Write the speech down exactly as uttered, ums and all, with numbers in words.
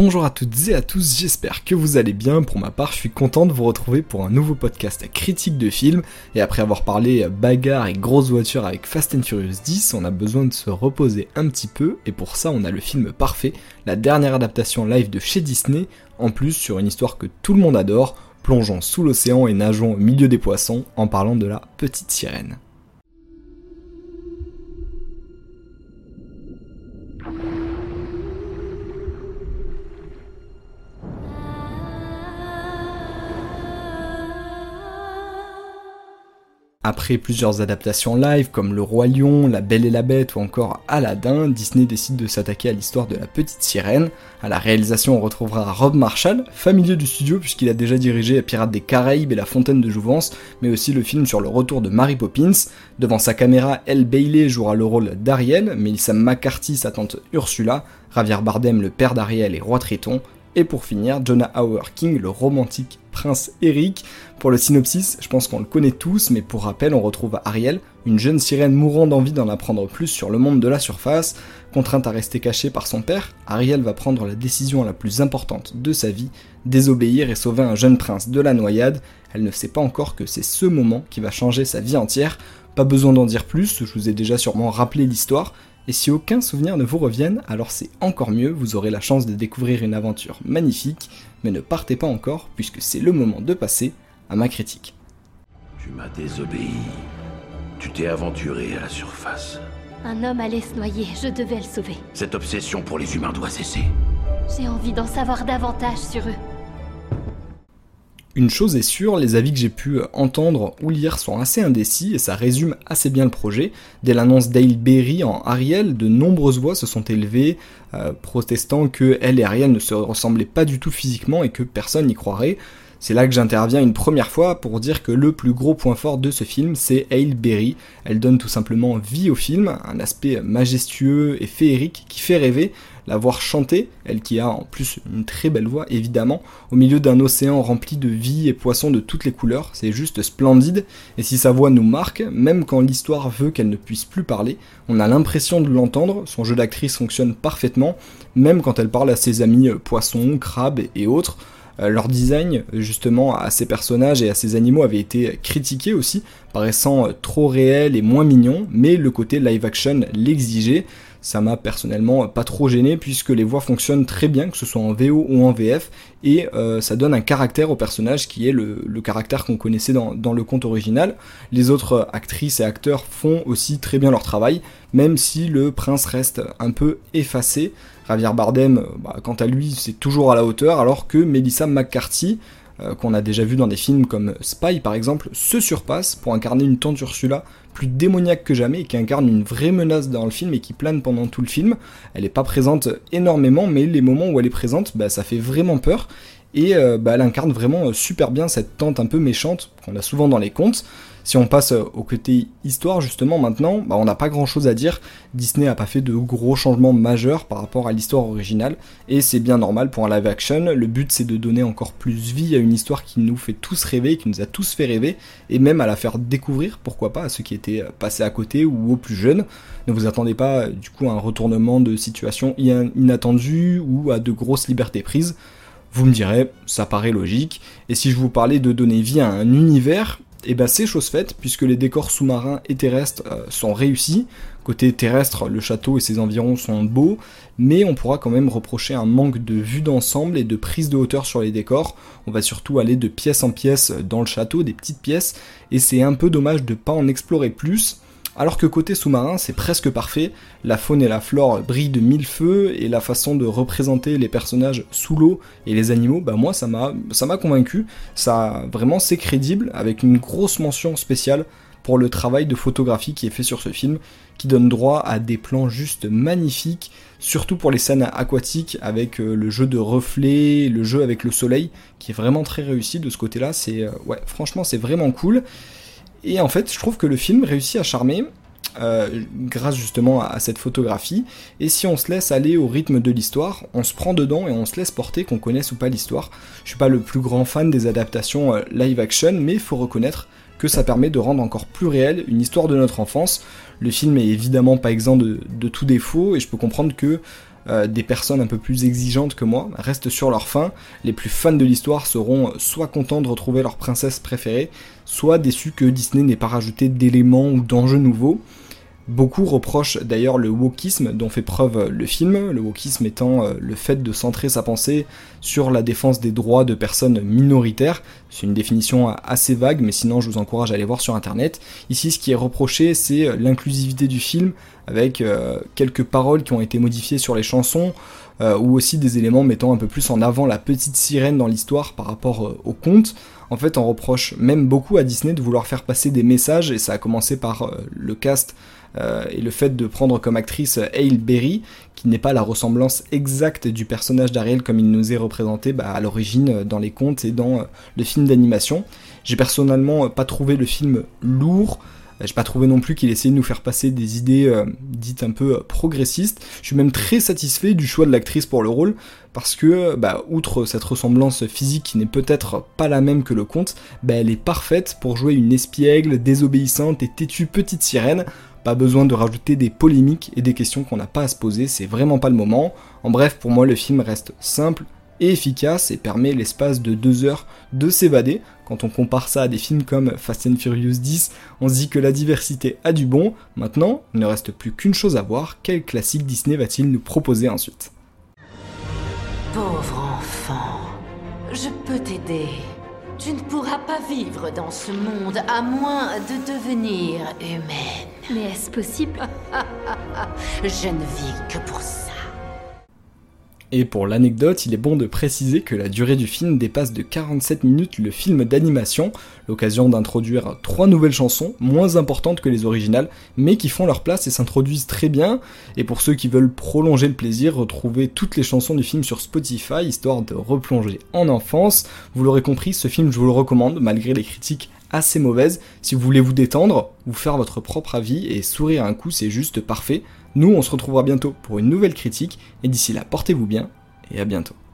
Bonjour à toutes et à tous, j'espère que vous allez bien. Pour ma part, je suis content de vous retrouver pour un nouveau podcast critique de film. Et après avoir parlé bagarre et grosses voitures avec Fast and Furious dix, on a besoin de se reposer un petit peu. Et pour ça, on a le film parfait, la dernière adaptation live de chez Disney, en plus sur une histoire que tout le monde adore, plongeant sous l'océan et nageant au milieu des poissons en parlant de la petite sirène. Après plusieurs adaptations live comme Le Roi Lion, La Belle et la Bête ou encore Aladdin, Disney décide de s'attaquer à l'histoire de la petite sirène. À la réalisation, on retrouvera Rob Marshall, familier du studio puisqu'il a déjà dirigé Pirates des Caraïbes et La Fontaine de Jouvence, mais aussi le film sur le retour de Mary Poppins. Devant sa caméra, Elle Bailey jouera le rôle d'Ariel, Melissa McCarthy sa tante Ursula, Javier Bardem le père d'Ariel et Roi Triton, et pour finir, Jonah Hauer King, le romantique prince Eric. Pour le synopsis, je pense qu'on le connaît tous, mais pour rappel, on retrouve Ariel, une jeune sirène mourant d'envie d'en apprendre plus sur le monde de la surface. Contrainte à rester cachée par son père, Ariel va prendre la décision la plus importante de sa vie, désobéir et sauver un jeune prince de la noyade. Elle ne sait pas encore que c'est ce moment qui va changer sa vie entière. Pas besoin d'en dire plus, je vous ai déjà sûrement rappelé l'histoire. Et si aucun souvenir ne vous revienne, alors c'est encore mieux, vous aurez la chance de découvrir une aventure magnifique, mais ne partez pas encore, puisque c'est le moment de passer à ma critique. Tu m'as désobéi. Tu t'es aventuré à la surface. Un homme allait se noyer, je devais le sauver. Cette obsession pour les humains doit cesser. J'ai envie d'en savoir davantage sur eux. Une chose est sûre, les avis que j'ai pu entendre ou lire sont assez indécis et ça résume assez bien le projet. Dès l'annonce d'Halle Berry en Ariel, de nombreuses voix se sont élevées, euh, protestant que elle et Ariel ne se ressemblaient pas du tout physiquement et que personne n'y croirait. C'est là que j'interviens une première fois pour dire que le plus gros point fort de ce film, c'est Halle Berry. Elle donne tout simplement vie au film, un aspect majestueux et féerique qui fait rêver. La voir chanter, elle qui a en plus une très belle voix évidemment, au milieu d'un océan rempli de vie et poissons de toutes les couleurs, c'est juste splendide. Et si sa voix nous marque, même quand l'histoire veut qu'elle ne puisse plus parler, on a l'impression de l'entendre, son jeu d'actrice fonctionne parfaitement, même quand elle parle à ses amis poissons, crabes et autres. Leur design, justement, à ces personnages et à ces animaux avait été critiqué aussi, paraissant trop réel et moins mignon, mais le côté live action l'exigeait. Ça m'a personnellement pas trop gêné puisque les voix fonctionnent très bien, que ce soit en V O ou en V F, et euh, ça donne un caractère au personnage qui est le, le caractère qu'on connaissait dans, dans le conte original. Les autres actrices et acteurs font aussi très bien leur travail, même si le prince reste un peu effacé. Javier Bardem, bah, quant à lui, c'est toujours à la hauteur, alors que Melissa McCarthy, euh, qu'on a déjà vu dans des films comme Spy par exemple, se surpasse pour incarner une tante Ursula plus démoniaque que jamais et qui incarne une vraie menace dans le film et qui plane pendant tout le film. Elle n'est pas présente énormément, mais les moments où elle est présente, bah, ça fait vraiment peur. Et euh, bah, elle incarne vraiment super bien cette tante un peu méchante qu'on a souvent dans les contes. Si on passe au côté histoire justement maintenant, bah, on n'a pas grand chose à dire. Disney n'a pas fait de gros changements majeurs par rapport à l'histoire originale, et c'est bien normal pour un live action. Le but c'est de donner encore plus vie à une histoire qui nous fait tous rêver, qui nous a tous fait rêver, et même à la faire découvrir, pourquoi pas, à ceux qui étaient passés à côté ou aux plus jeunes. Ne vous attendez pas du coup à un retournement de situation inattendu ou à de grosses libertés prises. Vous me direz, ça paraît logique, et si je vous parlais de donner vie à un univers, et ben c'est chose faite, puisque les décors sous-marins et terrestres euh, sont réussis. Côté terrestre, le château et ses environs sont beaux, mais on pourra quand même reprocher un manque de vue d'ensemble et de prise de hauteur sur les décors. On va surtout aller de pièce en pièce dans le château, des petites pièces, et c'est un peu dommage de pas en explorer plus. Alors que côté sous-marin, c'est presque parfait, la faune et la flore brillent de mille feux, et la façon de représenter les personnages sous l'eau et les animaux, bah moi ça m'a ça m'a convaincu, ça vraiment c'est crédible, avec une grosse mention spéciale pour le travail de photographie qui est fait sur ce film, qui donne droit à des plans juste magnifiques, surtout pour les scènes aquatiques, avec le jeu de reflets, le jeu avec le soleil, qui est vraiment très réussi de ce côté-là, c'est, ouais, franchement c'est vraiment cool. Et en fait, je trouve que le film réussit à charmer, euh, grâce justement à cette photographie, et si on se laisse aller au rythme de l'histoire, on se prend dedans et on se laisse porter, qu'on connaisse ou pas l'histoire. Je suis pas le plus grand fan des adaptations euh, live action, mais il faut reconnaître que ça permet de rendre encore plus réelle une histoire de notre enfance. Le film est évidemment pas exempt de, de tout défaut, et je peux comprendre que euh, des personnes un peu plus exigeantes que moi restent sur leur faim. Les plus fans de l'histoire seront soit contents de retrouver leur princesse préférée, soit déçus que Disney n'ait pas rajouté d'éléments ou d'enjeux nouveaux. Beaucoup reprochent d'ailleurs le wokisme dont fait preuve le film, le wokisme étant le fait de centrer sa pensée sur la défense des droits de personnes minoritaires. C'est une définition assez vague, mais sinon je vous encourage à aller voir sur internet. Ici, ce qui est reproché, c'est l'inclusivité du film, avec euh, quelques paroles qui ont été modifiées sur les chansons, euh, ou aussi des éléments mettant un peu plus en avant la petite sirène dans l'histoire par rapport euh, au conte. En fait, on reproche même beaucoup à Disney de vouloir faire passer des messages, et ça a commencé par euh, le cast euh, et le fait de prendre comme actrice Halle Berry, qui n'est pas la ressemblance exacte du personnage d'Ariel comme il nous est représenté bah, à l'origine dans les contes et dans euh, le film d'animation. J'ai personnellement pas trouvé le film lourd. J'ai pas trouvé non plus qu'il essayait de nous faire passer des idées euh, dites un peu euh, progressistes. Je suis même très satisfait du choix de l'actrice pour le rôle, parce que, bah, outre cette ressemblance physique qui n'est peut-être pas la même que le conte, bah, elle est parfaite pour jouer une espiègle, désobéissante et têtue petite sirène. Pas besoin de rajouter des polémiques et des questions qu'on n'a pas à se poser, c'est vraiment pas le moment. En bref, pour moi, le film reste simple et efficace et permet l'espace de deux heures de s'évader. Quand on compare ça à des films comme Fast and Furious dix, on se dit que la diversité a du bon. Maintenant, il ne reste plus qu'une chose à voir, quel classique Disney va-t-il nous proposer ensuite ? Pauvre enfant, je peux t'aider. Tu ne pourras pas vivre dans ce monde à moins de devenir humaine. Mais est-ce possible ? Je ne vis que pour ça. Et pour l'anecdote, il est bon de préciser que la durée du film dépasse de quarante-sept minutes le film d'animation, l'occasion d'introduire trois nouvelles chansons, moins importantes que les originales, mais qui font leur place et s'introduisent très bien. Et pour ceux qui veulent prolonger le plaisir, retrouvez toutes les chansons du film sur Spotify, histoire de replonger en enfance. Vous l'aurez compris, ce film je vous le recommande, malgré les critiques assez mauvaises. Si vous voulez vous détendre, vous faire votre propre avis et sourire un coup, c'est juste parfait. Nous, on se retrouvera bientôt pour une nouvelle critique, et d'ici là, portez-vous bien, et à bientôt.